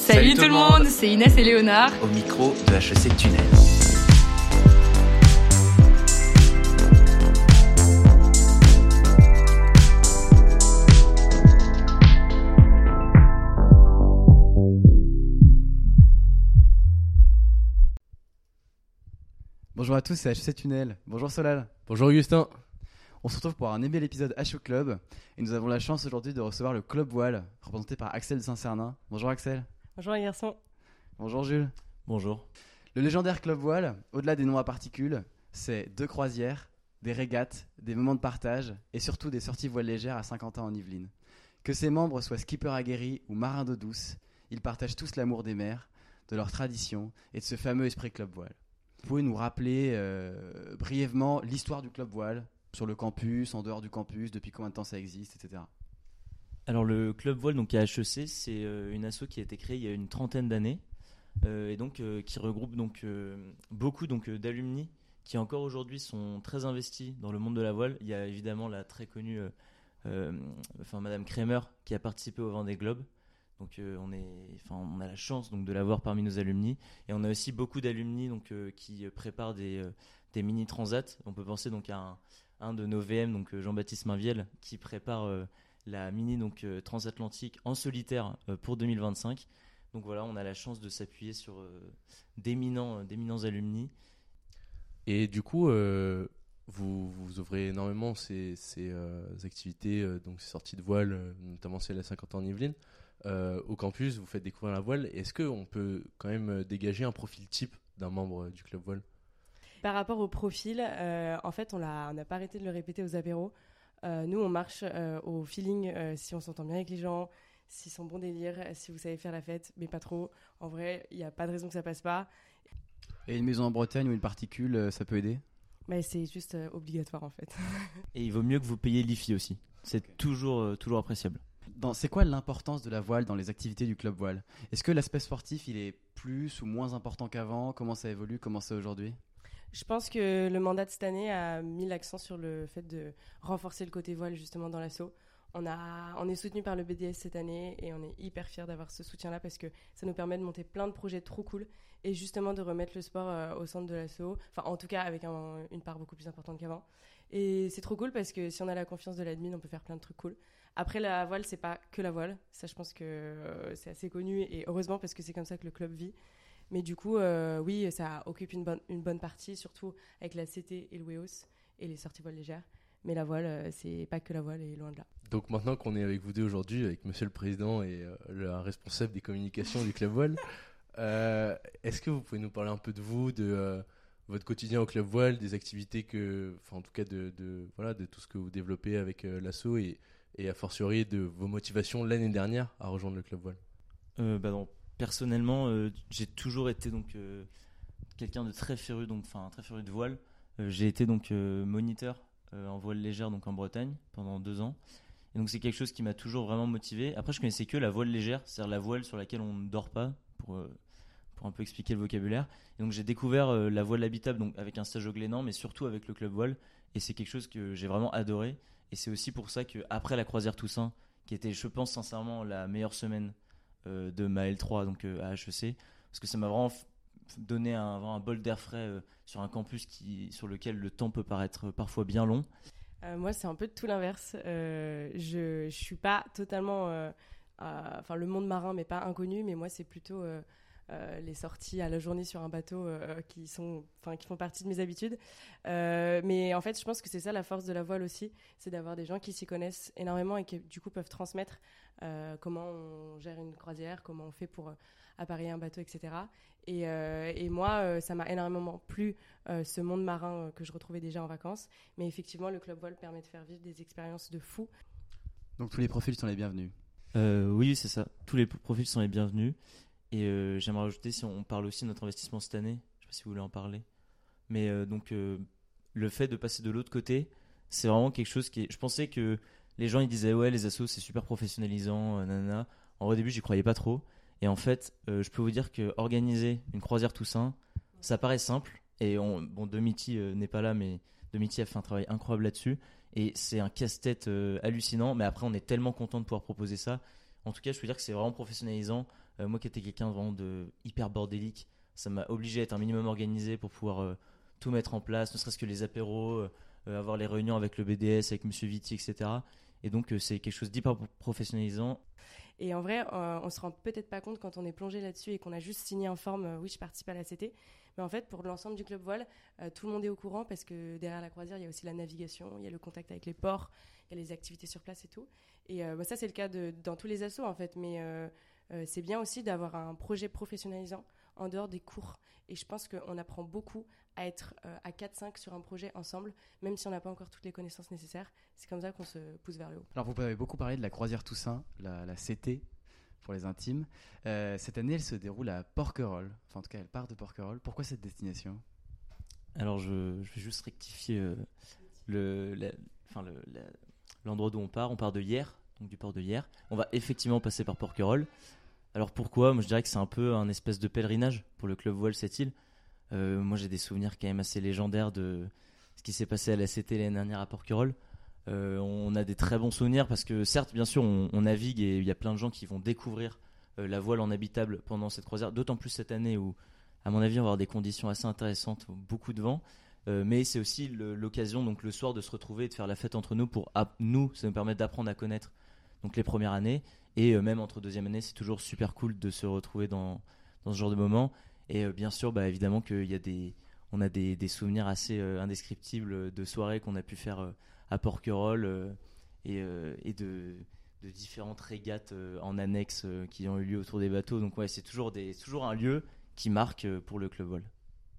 Salut tout le monde, c'est Inès et Léonard au micro de HEC Tunnel. Bonjour à tous, c'est HEC Tunnel. Bonjour Solal. Bonjour Augustin. On se retrouve pour un nouvel épisode HO Club et nous avons la chance aujourd'hui de recevoir le Club Voile représenté par Axel de Saint-Cernin. Bonjour Axel. Bonjour les garçons. Bonjour Jules. Bonjour. Le légendaire Club Voile, au-delà des noms à particules, c'est 2 croisières, des régates, des moments de partage et surtout des sorties voile légères à Saint-Quentin en Yvelines. Que ses membres soient skippers aguerris ou marins d'eau douce, ils partagent tous l'amour des mers, de leur tradition et de ce fameux esprit Club Voile. Vous pouvez nous rappeler brièvement l'histoire du Club Voile sur le campus, en dehors du campus, depuis combien de temps ça existe, etc. Alors le Club Voile donc à HEC, c'est une asso qui a été créée il y a une 30aine d'années et donc qui regroupe donc beaucoup donc d'alumni qui encore aujourd'hui sont très investis dans le monde de la voile. Il y a évidemment la très connue Madame Kramer qui a participé au Vendée Globe. Donc on a la chance donc de l'avoir parmi nos alumni et on a aussi beaucoup d'alumni donc qui préparent des mini transats. On peut penser donc à un de nos VM donc Jean-Baptiste Mainviel qui prépare la mini donc transatlantique en solitaire pour 2025. Donc voilà, on a la chance de s'appuyer sur d'éminents alumni. Et du coup, vous ouvrez énormément ces activités, donc ces sorties de voile, notamment celle à Saint-Quentin en Yvelines. Au campus, vous faites découvrir la voile. Est-ce qu'on peut quand même dégager un profil type d'un membre du Club Voile ? Par rapport au profil, en fait, on n'a pas arrêté de le répéter aux apéros. Nous, on marche au feeling, si on s'entend bien avec les gens, s'ils sont bons délire, si vous savez faire la fête, mais pas trop. En vrai, il n'y a pas de raison que ça passe pas. Et une maison en Bretagne ou une particule, ça peut aider ? Mais c'est juste obligatoire, en fait. Et il vaut mieux que vous payiez l'IFI aussi. C'est toujours appréciable. C'est quoi l'importance de la voile dans les activités du Club Voile ? Est-ce que l'aspect sportif, il est plus ou moins important qu'avant ? Comment ça évolue ? Comment c'est aujourd'hui ? Je pense que le mandat de cette année a mis l'accent sur le fait de renforcer le côté voile justement dans l'asso. On est soutenu par le BDS cette année et on est hyper fiers d'avoir ce soutien-là parce que ça nous permet de monter plein de projets trop cool et justement de remettre le sport au centre de l'asso, enfin en tout cas avec une part beaucoup plus importante qu'avant. Et c'est trop cool parce que si on a la confiance de l'admin, on peut faire plein de trucs cool. Après la voile, c'est pas que la voile, ça je pense que c'est assez connu et heureusement parce que c'est comme ça que le club vit. Mais du coup, oui, ça occupe une bonne partie, surtout avec la CT et le WEOS et les sorties voiles légères. Mais la voile, c'est pas que la voile et loin de là. Donc maintenant qu'on est avec vous deux aujourd'hui, avec Monsieur le Président et le responsable des communications du Club Voile, est-ce que vous pouvez nous parler un peu de vous, de votre quotidien au Club Voile, des activités en tout cas de tout ce que vous développez avec l'asso et a fortiori de vos motivations l'année dernière à rejoindre le Club Voile. Personnellement, j'ai toujours été donc quelqu'un de très féru de voile. J'ai été donc moniteur en voile légère donc en Bretagne pendant 2 ans. Et donc c'est quelque chose qui m'a toujours vraiment motivé. Après, je connaissais que la voile légère, c'est-à-dire la voile sur laquelle on ne dort pas, pour un peu expliquer le vocabulaire. Et donc j'ai découvert la voile habitable donc avec un stage au Glénan, mais surtout avec le Club Voile. Et c'est quelque chose que j'ai vraiment adoré. Et c'est aussi pour ça qu'après la croisière Toussaint, qui était, je pense sincèrement, la meilleure semaine de ma L3 donc à HEC, parce que ça m'a vraiment donné un bol d'air frais sur un campus sur lequel le temps peut paraître parfois bien long. Moi, c'est un peu tout l'inverse. Je suis pas totalement... le monde marin, mais pas inconnu, mais moi, c'est plutôt les sorties à la journée sur un bateau qui font partie de mes habitudes. Mais en fait, je pense que c'est ça la force de la voile aussi, c'est d'avoir des gens qui s'y connaissent énormément et qui, du coup, peuvent transmettre comment on gère une croisière, comment on fait pour appareiller un bateau, etc. Et moi, ça m'a énormément plu, ce monde marin que je retrouvais déjà en vacances. Mais effectivement, le Club Voile permet de faire vivre des expériences de fou. Donc tous les profils sont les bienvenus. Oui, c'est ça. Tous les profils sont les bienvenus. Et j'aimerais rajouter, si on parle aussi de notre investissement cette année, je ne sais pas si vous voulez en parler, mais le fait de passer de l'autre côté, c'est vraiment quelque chose je pensais que les gens ils disaient ouais, les assos c'est super professionnalisant, nanana. Au début, j'y croyais pas trop. Et en fait, je peux vous dire que organiser une croisière Toussaint, ça paraît simple. Et Domiti n'est pas là, mais Domiti a fait un travail incroyable là-dessus. Et c'est un casse-tête hallucinant. Mais après, on est tellement content de pouvoir proposer ça. En tout cas, je peux dire que c'est vraiment professionnalisant. Moi qui étais quelqu'un vraiment de hyper bordélique, ça m'a obligé à être un minimum organisé pour pouvoir tout mettre en place, ne serait-ce que les apéros, avoir les réunions avec le BDS, avec Monsieur Viti, etc. Et donc c'est quelque chose d'hyper professionnalisant. Et en vrai, on se rend peut-être pas compte quand on est plongé là-dessus et qu'on a juste signé en forme oui, je participe à la CT. Mais en fait, pour l'ensemble du club voile, tout le monde est au courant parce que derrière la croisière, il y a aussi la navigation, il y a le contact avec les ports, il y a les activités sur place et tout. Et ça, c'est le cas dans tous les assos en fait. Mais c'est bien aussi d'avoir un projet professionnalisant en dehors des cours. Et je pense qu'on apprend beaucoup à être à 4-5 sur un projet ensemble, même si on n'a pas encore toutes les connaissances nécessaires. C'est comme ça qu'on se pousse vers le haut. Alors vous avez beaucoup parlé de la croisière Toussaint, la CT pour les intimes. Cette année, elle se déroule à Porquerolles. Enfin, en tout cas, elle part de Porquerolles. Pourquoi cette destination ? Alors je vais juste rectifier l'endroit d'où on part. On part de Hyères, donc du port de Hyères. On va effectivement passer par Porquerolles. Alors pourquoi ? Moi je dirais que c'est un peu un espèce de pèlerinage pour le club voile cette île. Moi j'ai des souvenirs quand même assez légendaires de ce qui s'est passé à la CT l'année dernière à Porquerolles. On a des très bons souvenirs parce que certes bien sûr on navigue et il y a plein de gens qui vont découvrir la voile en habitable pendant cette croisière, d'autant plus cette année où à mon avis on va avoir des conditions assez intéressantes, beaucoup de vent, mais c'est aussi l'occasion donc le soir de se retrouver et de faire la fête entre nous ça nous permet d'apprendre à connaître donc les premières années et même entre deuxième année c'est toujours super cool de se retrouver dans ce genre de moment et bien sûr évidemment on a des souvenirs assez indescriptibles de soirées qu'on a pu faire à Porquerolles et de différentes régates en annexe qui ont eu lieu autour des bateaux. Donc ouais, c'est toujours un lieu qui marque pour le club voile.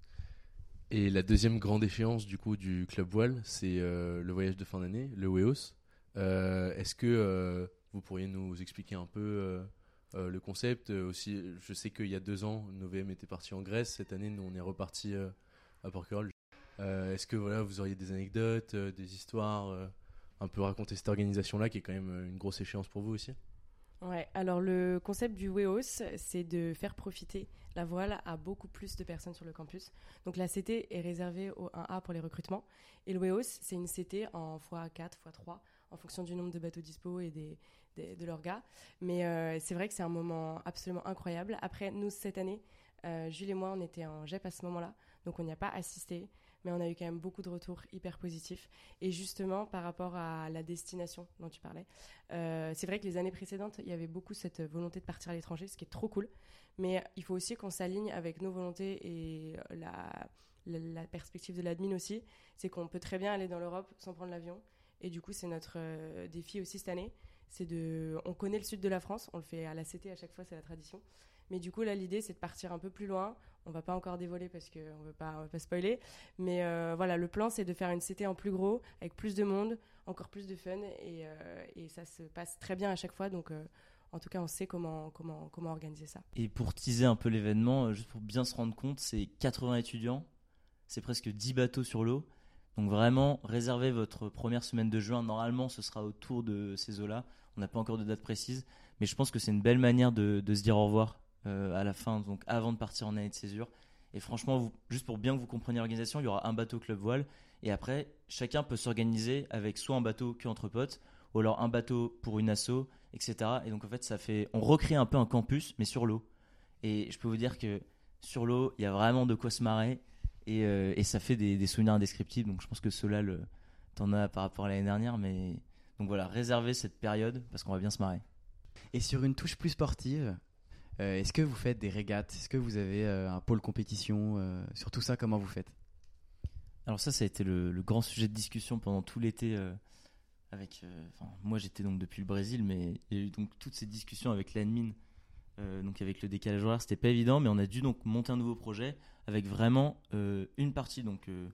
Et la deuxième grande échéance du coup du club voile, c'est le voyage de fin d'année, le WEOS. Est-ce que vous pourriez nous expliquer un peu le concept aussi, je sais qu'il y a 2 ans, nos VM étaient partis en Grèce. Cette année, nous on est reparti à Porquerolles. Est-ce que vous auriez des anecdotes, des histoires, un peu raconter cette organisation-là qui est quand même une grosse échéance pour vous aussi ? Ouais, alors le concept du WEOS, c'est de faire profiter la voile à beaucoup plus de personnes sur le campus. Donc la CT est réservée au 1A pour les recrutements et le WEOS, c'est une CT en x4, x3 en fonction du nombre de bateaux dispo et de leurs gars. Mais c'est vrai que c'est un moment absolument incroyable. Après, nous, cette année, Jules et moi, on était en GEP à ce moment-là, donc on n'y a pas assisté. Mais on a eu quand même beaucoup de retours hyper positifs. Et justement, par rapport à la destination dont tu parlais, c'est vrai que les années précédentes, il y avait beaucoup cette volonté de partir à l'étranger, ce qui est trop cool. Mais il faut aussi qu'on s'aligne avec nos volontés et la perspective de l'admin aussi. C'est qu'on peut très bien aller dans l'Europe sans prendre l'avion. Et du coup, c'est notre défi aussi cette année. On connaît le sud de la France, on le fait à la CT à chaque fois, c'est la tradition. Mais du coup, là, l'idée, c'est de partir un peu plus loin. On ne va pas encore dévoiler parce qu'on ne veut pas spoiler. Mais voilà, le plan, c'est de faire une CT en plus gros, avec plus de monde, encore plus de fun. Et ça se passe très bien à chaque fois. Donc, en tout cas, on sait comment organiser ça. Et pour teaser un peu l'événement, juste pour bien se rendre compte, c'est 80 étudiants. C'est presque 10 bateaux sur l'eau. Donc vraiment, réservez votre première semaine de juin. Normalement, ce sera autour de ces eaux-là. On n'a pas encore de date précise. Mais je pense que c'est une belle manière de se dire au revoir à la fin, donc avant de partir en année de césure. Et franchement, juste pour bien que vous compreniez l'organisation, il y aura un bateau club voile. Et après, chacun peut s'organiser avec soit un bateau qu'entre potes, ou alors un bateau pour une asso, etc. Et donc en fait, on recrée un peu un campus, mais sur l'eau. Et je peux vous dire que sur l'eau, il y a vraiment de quoi se marrer. Et ça fait des souvenirs indescriptibles. Donc je pense que Solal, t'en as par rapport à l'année dernière. Mais donc voilà, réservez cette période parce qu'on va bien se marrer. Et sur une touche plus sportive, est-ce que vous faites des régates ? Est-ce que vous avez un pôle compétition ? Sur tout ça, comment vous faites ? Alors ça a été le grand sujet de discussion pendant tout l'été. Moi j'étais donc depuis le Brésil, mais il y a eu donc toutes ces discussions avec l'admin, donc avec le décalage horaire, c'était pas évident, mais on a dû donc monter un nouveau projet avec vraiment une partie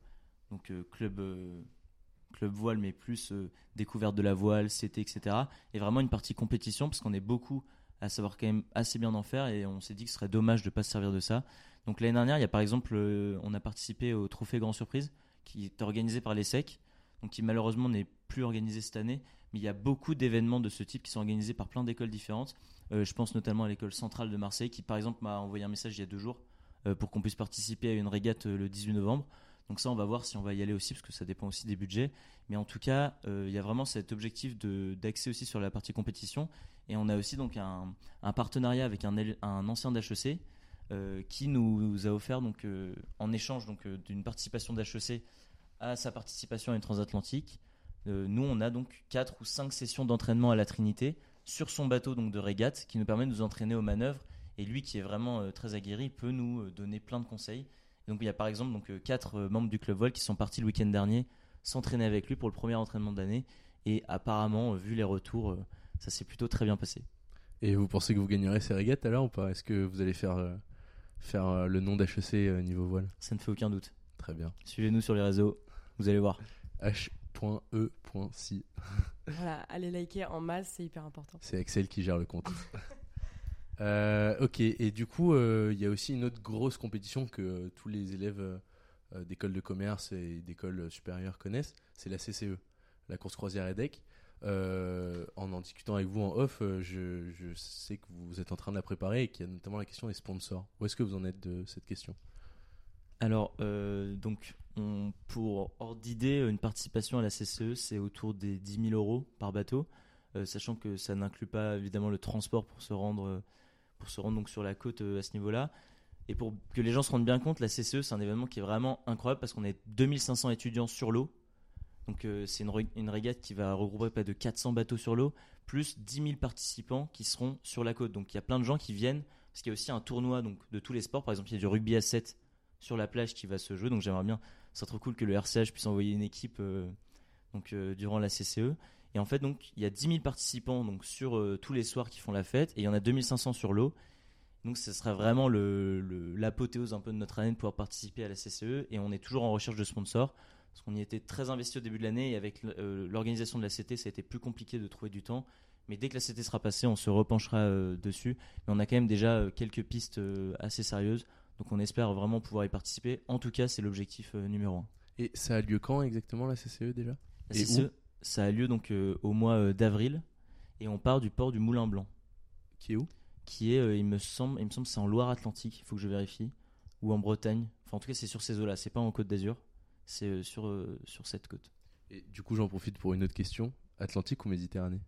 club voile, mais plus découverte de la voile, CT, etc. Et vraiment une partie compétition parce qu'on est beaucoup à savoir quand même assez bien en faire et on s'est dit que ce serait dommage de pas se servir de ça. Donc l'année dernière, il y a par exemple, on a participé au Trophée Grand Surprise qui est organisé par l'ESSEC, donc qui malheureusement n'est plus organisé cette année, mais il y a beaucoup d'événements de ce type qui sont organisés par plein d'écoles différentes. Je pense notamment à l'école centrale de Marseille qui par exemple m'a envoyé un message il y a 2 jours pour qu'on puisse participer à une régate le 18 novembre. Donc ça, on va voir si on va y aller aussi, parce que ça dépend aussi des budgets. Mais en tout cas, il y a vraiment cet objectif d'accès aussi sur la partie compétition. Et on a aussi donc un partenariat avec un ancien d'HEC qui nous a offert, donc, en échange d'une participation d'HEC à sa participation à une transatlantique. Nous, on a donc 4 ou 5 sessions d'entraînement à la Trinité sur son bateau donc, de régate qui nous permet de nous entraîner aux manœuvres. Et lui, qui est vraiment très aguerri, peut nous donner plein de conseils. Et donc, il y a par exemple 4 membres du club voile qui sont partis le week-end dernier s'entraîner avec lui pour le premier entraînement de l'année. Et apparemment, vu les retours, ça s'est plutôt très bien passé. Et vous pensez que vous gagnerez ces régates alors ou pas? Est-ce que vous allez faire le nom d'HEC niveau voile? Ça ne fait aucun doute. Très bien. Suivez-nous sur les réseaux, vous allez voir. h.e.si. Voilà, allez liker en masse, c'est hyper important. C'est Axel qui gère le compte. Ok, et du coup, il y a aussi une autre grosse compétition que tous les élèves d'écoles de commerce et d'écoles supérieures connaissent, c'est la CCE, la course croisière EDEC. En discutant avec vous en off, je sais que vous êtes en train de la préparer et qu'il y a notamment la question des sponsors. Où est-ce que vous en êtes de cette question? Alors, pour ordre d'idée, une participation à la CCE, c'est autour des 10 000 euros par bateau, sachant que ça n'inclut pas évidemment le transport pour se rendre donc sur la côte à ce niveau-là. Et pour que les gens se rendent bien compte, la CCE, c'est un événement qui est vraiment incroyable parce qu'on est 2500 étudiants sur l'eau. Donc c'est une régate qui va regrouper près de 400 bateaux sur l'eau, plus 10 000 participants qui seront sur la côte. Donc il y a plein de gens qui viennent, parce qu'il y a aussi un tournoi donc, de tous les sports. Par exemple, il y a du rugby à 7 sur la plage qui va se jouer. Donc j'aimerais bien, c'est trop cool que le RCH puisse envoyer une équipe durant la CCE. Et en fait, donc, il y a 10 000 participants donc, sur tous les soirs qui font la fête, et il y en a 2500 sur l'eau. Donc ce serait vraiment l'apothéose un peu de notre année de pouvoir participer à la CCE, et on est toujours en recherche de sponsors, parce qu'on y était très investi au début de l'année, et avec l'organisation de la CT, ça a été plus compliqué de trouver du temps. Mais dès que la CT sera passée, on se repenchera dessus. Mais on a quand même déjà quelques pistes assez sérieuses, donc on espère vraiment pouvoir y participer. En tout cas, c'est l'objectif numéro 1. Et ça a lieu quand exactement la CCE déjà? La CCE, ça a lieu donc au mois d'avril, et on part du port du Moulin Blanc. Qui est où? Qui est, il me semble que c'est en Loire-Atlantique, il faut que je vérifie, ou en Bretagne. Enfin, en tout cas, c'est sur ces eaux-là, c'est pas en Côte d'Azur, c'est sur cette côte. Et du coup, j'en profite pour une autre question. Atlantique ou Méditerranée?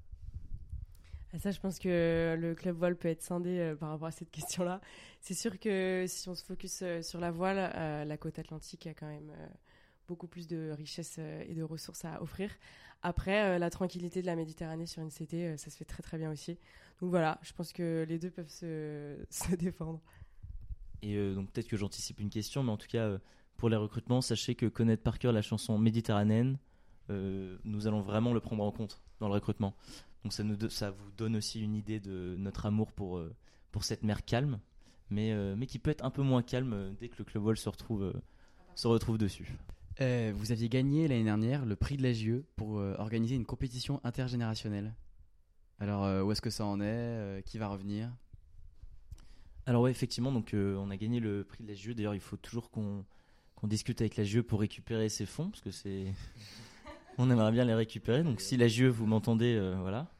Ça, je pense que le club voile peut être scindé par rapport à cette question-là. C'est sûr que si on se focus sur la voile, la côte atlantique a quand même beaucoup plus de richesses et de ressources à offrir. Après, la tranquillité de la Méditerranée sur une CT, ça se fait très très bien aussi. Donc voilà, je pense que les deux peuvent se défendre. Et donc peut-être que j'anticipe une question, mais en tout cas, pour les recrutements, sachez que connaître par cœur la chanson méditerranéenne, nous allons vraiment le prendre en compte dans le recrutement. Donc ça vous donne aussi une idée de notre amour pour cette mer calme, mais qui peut être un peu moins calme dès que le club voile se retrouve dessus. Vous aviez gagné l'année dernière le prix de la GIE pour organiser une compétition intergénérationnelle. Alors où est-ce que ça en est? Qui va revenir? Alors ouais, effectivement, donc on a gagné le prix de la GIE. D'ailleurs, il faut toujours qu'on discute avec la GIE pour récupérer ces fonds, parce que on aimerait bien les récupérer. Donc si la GIE vous m'entendez, voilà.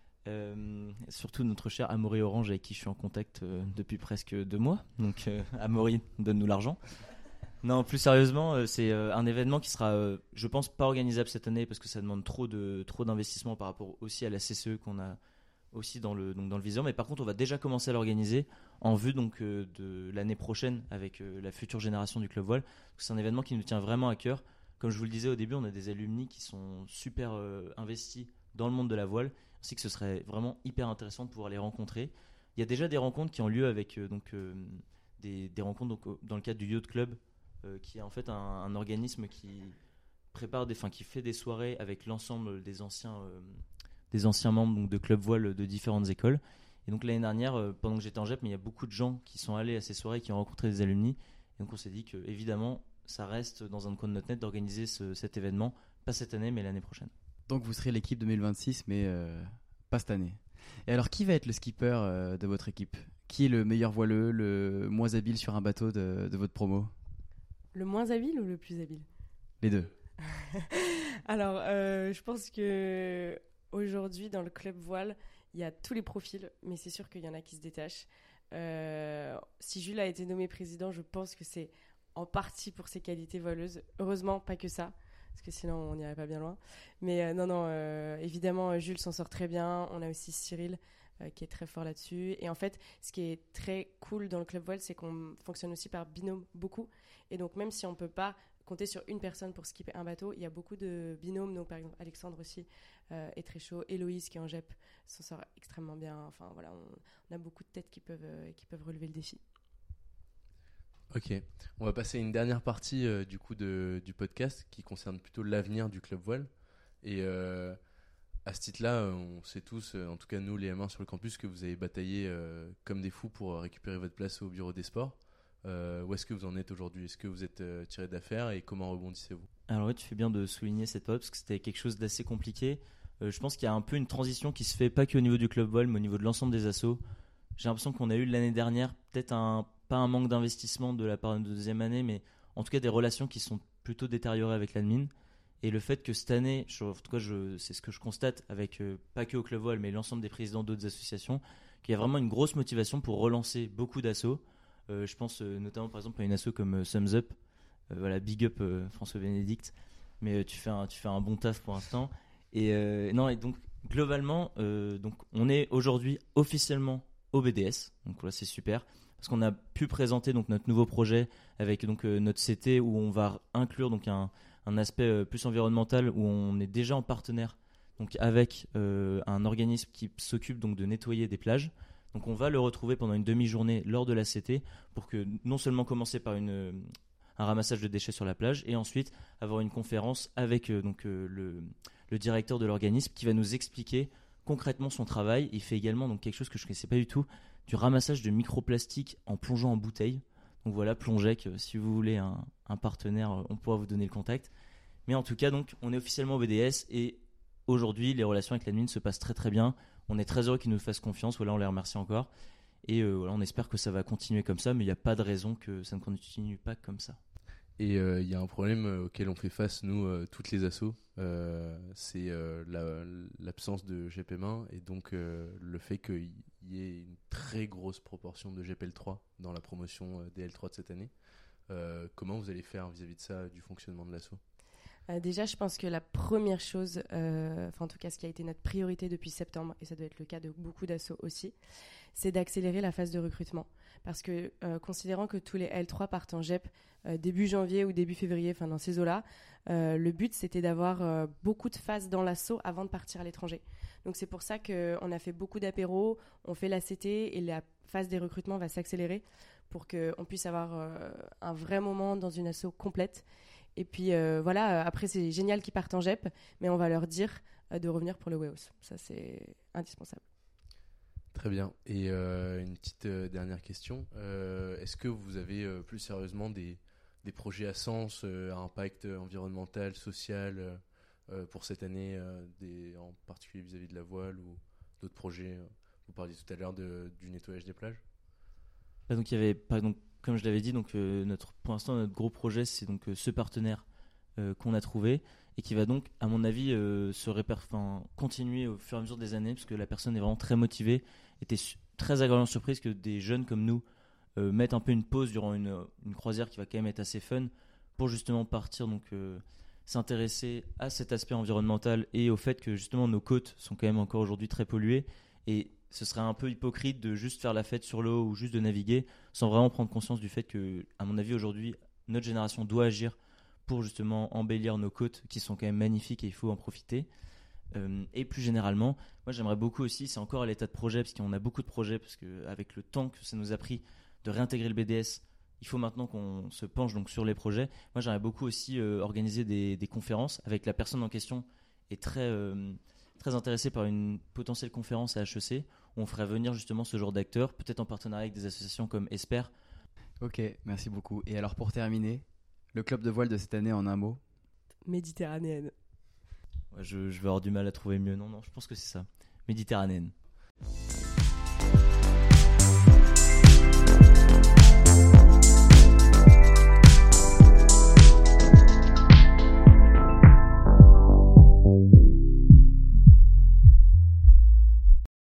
Surtout notre cher Amaury Orange avec qui je suis en contact depuis presque 2 mois. Donc Amaury, donne-nous l'argent. Non, plus sérieusement, c'est un événement qui sera, je pense, pas organisable cette année parce que ça demande trop d'investissement par rapport aussi à la CCE qu'on a aussi dans le viseur. Mais par contre, on va déjà commencer à l'organiser en vue donc de l'année prochaine avec la future génération du club voile. C'est un événement qui nous tient vraiment à cœur. Comme je vous le disais au début, on a des alumni qui sont super investis dans le monde de la voile. Ainsi que ce serait vraiment hyper intéressant de pouvoir les rencontrer. Il y a déjà des rencontres qui ont lieu avec des rencontres dans le cadre du Yacht Club, qui est en fait un organisme qui qui fait des soirées avec l'ensemble des anciens membres donc, de club voile de différentes écoles. Et donc l'année dernière, pendant que j'étais en GEP, mais il y a beaucoup de gens qui sont allés à ces soirées, qui ont rencontré des alumni. Et donc on s'est dit que évidemment, ça reste dans un coin de notre net d'organiser cet événement, pas cette année, mais l'année prochaine. Donc vous serez l'équipe 2026, mais pas cette année. Et alors, qui va être le skipper de votre équipe? Qui est le meilleur voileux, le moins habile sur un bateau de votre promo? Le moins habile ou le plus habile? Les deux. Alors, je pense que aujourd'hui, dans le club voile, il y a tous les profils, mais c'est sûr qu'il y en a qui se détachent. Si Jules a été nommé président, je pense que c'est en partie pour ses qualités voleuses. Heureusement, pas que ça, parce que sinon on n'irait pas bien loin. Mais évidemment, Jules s'en sort très bien. On a aussi Cyril qui est très fort là-dessus. Et en fait, ce qui est très cool dans le club voile, c'est qu'on fonctionne aussi par binôme beaucoup. Et donc, même si on ne peut pas compter sur une personne pour skipper un bateau, il y a beaucoup de binômes. Donc, par exemple, Alexandre aussi est très chaud. Héloïse, qui est en GEP, s'en sort extrêmement bien. Enfin, voilà, on a beaucoup de têtes qui peuvent relever le défi. Ok, on va passer à une dernière partie du coup du podcast qui concerne plutôt l'avenir du club voile. Et à ce titre-là, on sait tous, en tout cas nous les M1 sur le campus, que vous avez bataillé comme des fous pour récupérer votre place au bureau des sports. Où est-ce que vous en êtes aujourd'hui ? Est-ce que vous êtes tiré d'affaire et comment rebondissez-vous ? Alors oui, tu fais bien de souligner cette période parce que c'était quelque chose d'assez compliqué. Je pense qu'il y a un peu une transition qui se fait pas qu'au niveau du club voile, mais au niveau de l'ensemble des assos. J'ai l'impression qu'on a eu l'année dernière peut-être pas un manque d'investissement de la part de deuxième année, mais en tout cas des relations qui sont plutôt détériorées avec l'admin. Et le fait que cette année, en tout cas c'est ce que je constate avec pas que au club voile, mais l'ensemble des présidents d'autres associations, qu'il y a vraiment une grosse motivation pour relancer beaucoup d'assos. Je pense notamment par exemple à une asso comme Thumbs Up. Voilà, big up François Bénédicte. Mais tu fais un bon taf pour l'instant. Et donc globalement, donc on est aujourd'hui officiellement au BDS. Donc voilà, c'est super. Parce qu'on a pu présenter donc notre nouveau projet avec donc notre CT où on va inclure donc un aspect plus environnemental où on est déjà en partenaire donc avec un organisme qui s'occupe donc de nettoyer des plages. Donc on va le retrouver pendant une demi-journée lors de la CT pour que non seulement commencer par un ramassage de déchets sur la plage et ensuite avoir une conférence avec le directeur de l'organisme qui va nous expliquer concrètement son travail. Il fait également donc quelque chose que je ne connaissais pas du tout, du ramassage de microplastiques en plongeant en bouteille. Donc voilà, Plongec, si vous voulez un partenaire, on pourra vous donner le contact. Mais en tout cas, donc, on est officiellement au BDS et aujourd'hui, les relations avec l'admin se passent très très bien. On est très heureux qu'ils nous fassent confiance. Voilà, on les remercie encore. Et voilà, on espère que ça va continuer comme ça, mais il n'y a pas de raison que ça ne continue pas comme ça. Et il y a un problème auquel on fait face, nous, toutes les assos, c'est l'absence de GPM1 et donc le fait qu'il y ait une très grosse proportion de GPL3 dans la promotion des L3 de cette année. Comment vous allez faire vis-à-vis de ça, du fonctionnement de l'asso ? Déjà, je pense que la première chose, en tout cas ce qui a été notre priorité depuis septembre, et ça doit être le cas de beaucoup d'assos aussi, c'est d'accélérer la phase de recrutement. Parce que considérant que tous les L3 partent en GEP début janvier ou début février, enfin dans ces eaux-là, le but c'était d'avoir beaucoup de phases dans l'asso avant de partir à l'étranger. Donc c'est pour ça qu'on a fait beaucoup d'apéros, on fait la CT et la phase des recrutements va s'accélérer pour qu'on puisse avoir un vrai moment dans une asso complète. Et puis voilà, après c'est génial qu'ils partent en GEP, mais on va leur dire de revenir pour le WEOS. Ça c'est indispensable. Très bien. Et une petite dernière question. Est-ce que vous avez plus sérieusement des projets à sens, à impact environnemental, social pour cette année, en particulier vis-à-vis de la voile ou d'autres projets Vous parliez tout à l'heure du nettoyage des plages. Donc il y avait comme je l'avais dit, donc pour l'instant notre gros projet c'est donc ce partenaire qu'on a trouvé et qui va donc à mon avis continuer au fur et à mesure des années parce que la personne est vraiment très motivée. Était très agréablement surprise que des jeunes comme nous mettent un peu une pause durant une croisière qui va quand même être assez fun pour justement partir donc s'intéresser à cet aspect environnemental et au fait que justement nos côtes sont quand même encore aujourd'hui très polluées et ce serait un peu hypocrite de juste faire la fête sur l'eau ou juste de naviguer sans vraiment prendre conscience du fait que, à mon avis, aujourd'hui, notre génération doit agir pour justement embellir nos côtes qui sont quand même magnifiques et il faut en profiter. Et plus généralement, moi j'aimerais beaucoup aussi, c'est encore à l'état de projet parce qu'on a beaucoup de projets parce qu'avec le temps que ça nous a pris de réintégrer le BDS, il faut maintenant qu'on se penche donc sur les projets. Moi j'aimerais beaucoup aussi organiser des conférences avec la personne en question est très intéressé par une potentielle conférence à HEC où on ferait venir justement ce genre d'acteurs, peut-être en partenariat avec des associations comme Esper. Ok, merci beaucoup. Et alors pour terminer, le club de voile de cette année en un mot ? Méditerranéenne. Ouais, je vais avoir du mal à trouver mieux. Non, je pense que c'est ça. Méditerranéenne.